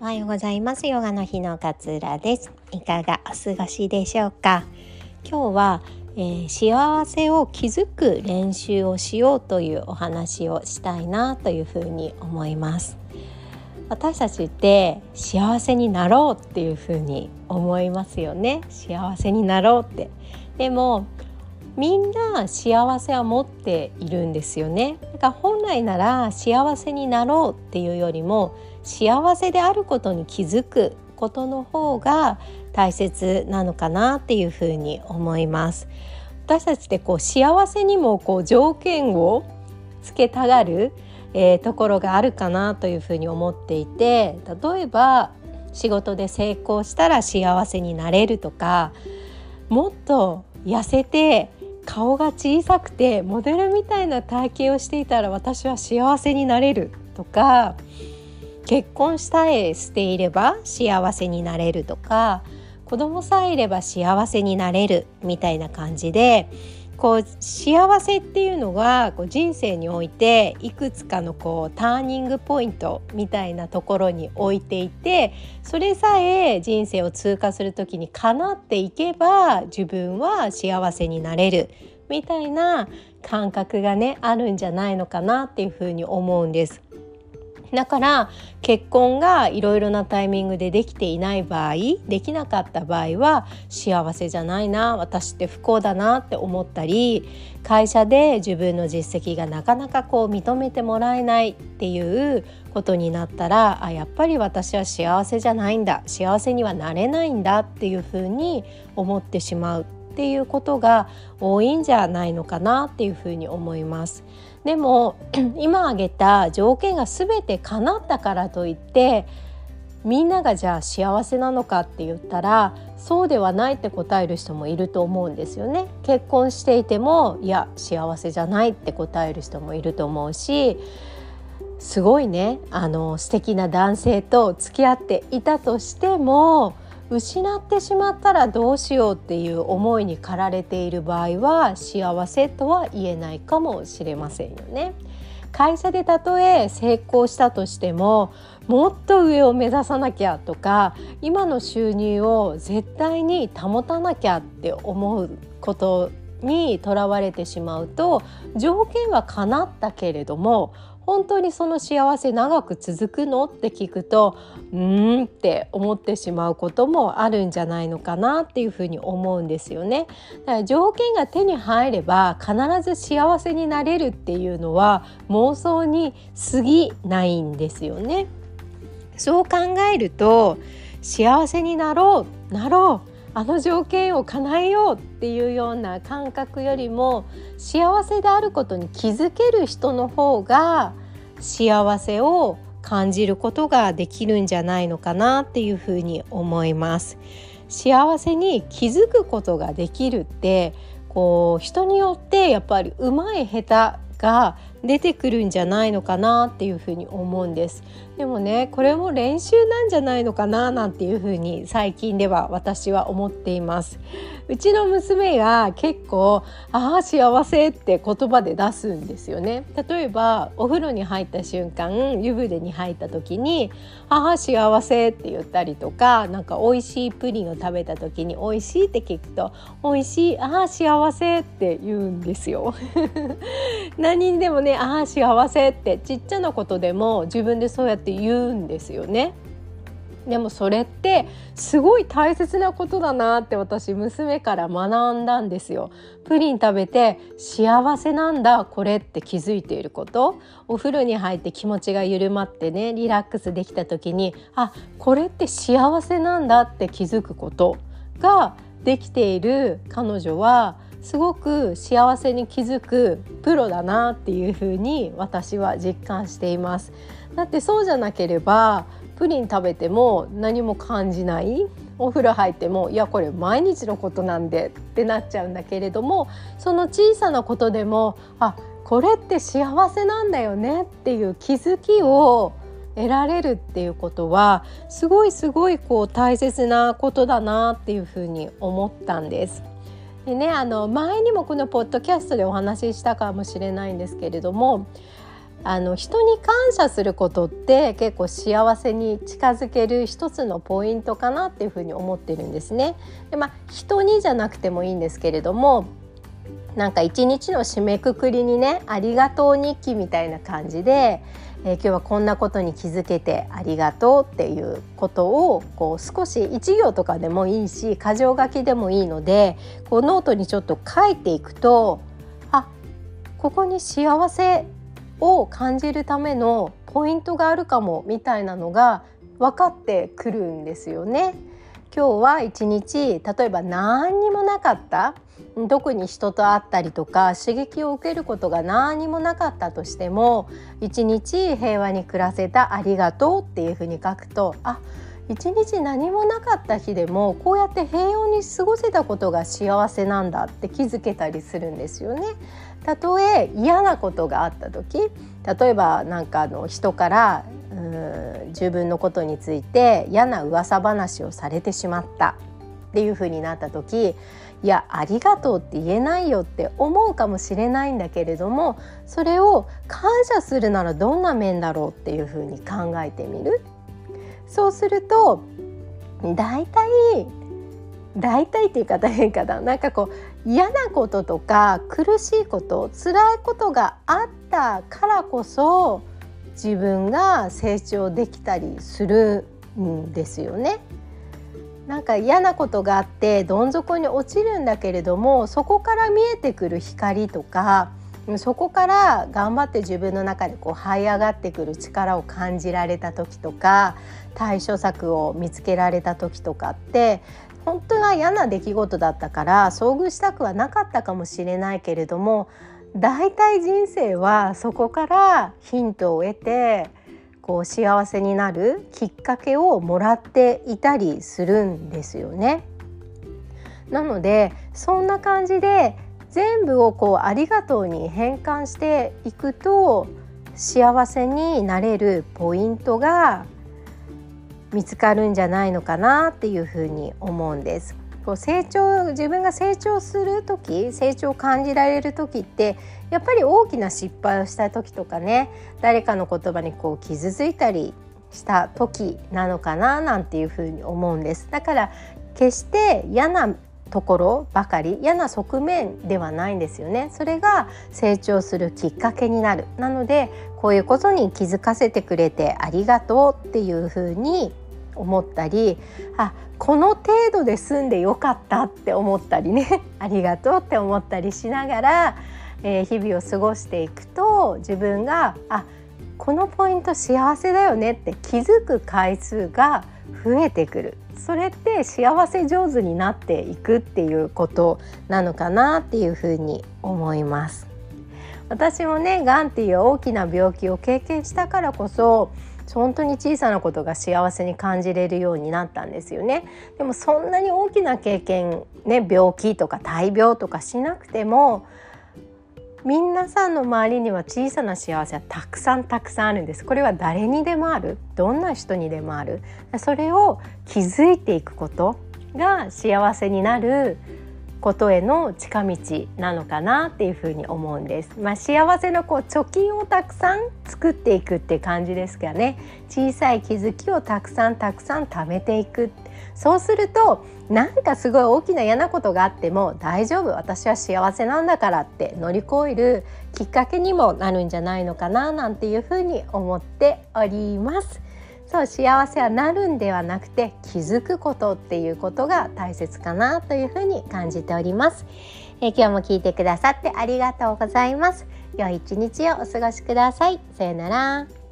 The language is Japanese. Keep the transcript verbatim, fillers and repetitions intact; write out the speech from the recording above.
はようございます。ヨガの日の勝浦です。いかがお過ごしでしょうか。今日は、えー、幸せを築く練習をしようというお話をしたいなというふうに思います。私たちって幸せになろうっていうふうに思いますよね。幸せになろうって。でもみんな幸せは持っているんですよね。だから本来なら幸せになろうっていうよりも幸せであることに気づくことの方が大切なのかなっていうふうに思います。私たちってこう幸せにもこう条件をつけたがる、えー、ところがあるかなというふうに思っていて、例えば仕事で成功したら幸せになれるとか、もっと痩せて顔が小さくてモデルみたいな体型をしていたら私は幸せになれるとか、結婚さえしていれば幸せになれるとか、子供さえいれば幸せになれるみたいな感じで、こう幸せっていうのがこう人生においていくつかのこうターニングポイントみたいなところに置いていて、それさえ人生を通過するときに叶っていけば自分は幸せになれるみたいな感覚がねあるんじゃないのかなっていうふうに思うんです。だから結婚がいろいろなタイミングでできていない場合、できなかった場合は幸せじゃないな、私って不幸だなって思ったり、会社で自分の実績がなかなかこう認めてもらえないっていうことになったら、あ、やっぱり私は幸せじゃないんだ、幸せにはなれないんだっていうふうに思ってしまうっていうことが多いんじゃないのかなっていうふうに思います。でも今挙げた条件が全て叶ったからといってみんながじゃあ幸せなのかって言ったらそうではないって答える人もいると思うんですよね。結婚していてもいや幸せじゃないって答える人もいると思うし、すごいねあの素敵な男性と付き合っていたとしても失ってしまったらどうしようっていう思いに駆られている場合は幸せとは言えないかもしれませんよね。会社でたとえ成功したとしてももっと上を目指さなきゃとか、今の収入を絶対に保たなきゃって思うことにとらわれてしまうと、条件は叶ったけれども本当にその幸せ長く続くのって聞くとうーんって思ってしまうこともあるんじゃないのかなっていうふうに思うんですよね。だから条件が手に入れば必ず幸せになれるっていうのは妄想に過ぎないんですよね。そう考えると幸せになろうなろうあの条件を叶えようっていうような感覚よりも幸せであることに気づける人の方が幸せを感じることができるんじゃないのかなっていうふうに思います。幸せに気づくことができるってこう人によってやっぱり上手い下手が出てくるんじゃないのかなっていうふうに思うんです。でもねこれも練習なんじゃないのかななんていうふうに最近では私は思っています。うちの娘が結構ああ幸せって言葉で出すんですよね。例えばお風呂に入った瞬間湯船に入った時にああ幸せって言ったりとか、なんか美味しいプリンを食べた時に美味しいって聞くと美味しいああ幸せって言うんですよ何にでもねああ幸せってちっちゃなことでも自分でそうやって言うんですよね。でもそれってすごい大切なことだなって私娘から学んだんですよ。プリン食べて幸せなんだこれって気づいていること、お風呂に入って気持ちが緩まってねリラックスできた時にあこれって幸せなんだって気づくことができている彼女はすごく幸せに気づくプロだなっていうふうに私は実感しています。だってそうじゃなければプリン食べても何も感じない、お風呂入ってもいやこれ毎日のことなんでってなっちゃうんだけれども、その小さなことでもあこれって幸せなんだよねっていう気づきを得られるっていうことはすごいすごいこう大切なことだなっていうふうに思ったんです。でね、あの前にもこのポッドキャストでお話ししたかもしれないんですけれども、 あの人に感謝することって結構幸せに近づける一つのポイントかなっていうふうに思ってるんですね。で、まあ、人にじゃなくてもいいんですけれども、なんか一日の締めくくりにね、ありがとう日記みたいな感じで、えー、今日はこんなことに気づけてありがとうっていうことをこう少しいち行とかでもいいし箇条書きでもいいので、こうノートにちょっと書いていくと、あ、ここに幸せを感じるためのポイントがあるかもみたいなのが分かってくるんですよね。今日は一日、例えば何にもなかった、特に人と会ったりとか刺激を受けることが何にもなかったとしても、一日平和に暮らせたありがとうっていうふうに書くと、あ、一日何もなかった日でもこうやって平穏に過ごせたことが幸せなんだって気づけたりするんですよね。たとえ嫌なことがあった時、例えばなんかあの人からうーん自分のことについて嫌な噂話をされてしまったっていう風になった時、いやありがとうって言えないよって思うかもしれないんだけれども、それを感謝するならどんな面だろうっていう風に考えてみる。そうすると大体大体っていうか大変かな、なんかこう嫌なこととか苦しいこと、辛いことがあったからこそ自分が成長できたりするんですよね。なんか嫌なことがあってどん底に落ちるんだけれども、そこから見えてくる光とか、そこから頑張って自分の中でこう這い上がってくる力を感じられた時とか、対処策を見つけられた時とかって、本当は嫌な出来事だったから遭遇したくはなかったかもしれないけれども、大体人生はそこからヒントを得てこう幸せになるきっかけをもらっていたりするんですよね。なのでそんな感じで全部をこうありがとうに変換していくと、幸せになれるポイントが見つかるんじゃないのかなっていうふうに思うんです。こう成長、自分が成長する時、成長を感じられる時ってやっぱり大きな失敗をした時とかね、誰かの言葉にこう傷ついたりした時なのかななんていうふうに思うんです。だから決して嫌なところばかり、嫌な側面ではないんですよね。それが成長するきっかけになる。なのでこういうことに気づかせてくれてありがとうっていうふうに思ったり、あ、この程度で済んでよかったって思ったりねありがとうって思ったりしながら、えー、日々を過ごしていくと、自分があ、このポイント幸せだよねって気づく回数が増えてくる。それって幸せ上手になっていくっていうことなのかなっていうふうに思います。私もね、がんっていう大きな病気を経験したからこそ、本当に小さなことが幸せに感じれるようになったんですよね。でもそんなに大きな経験ね、病気とか大病とかしなくても、皆さんの周りには小さな幸せはたくさんたくさんあるんです。これは誰にでもある、どんな人にでもある。それを気づいていくことが幸せになることへの近道なのかなっていうふうに思うんです。まあ、幸せのこう貯金をたくさん作っていくって感じですかね。小さい気づきをたくさんたくさん貯めていく。そうするとなんかすごい大きな嫌なことがあっても大丈夫、私は幸せなんだからって乗り越えるきっかけにもなるんじゃないのかななんていうふうに思っております。そう、幸せはなるんではなくて気づくことっていうことが大切かなというふうに感じております。えー、今日も聞いてくださってありがとうございます。良い一日をお過ごしください。さよなら。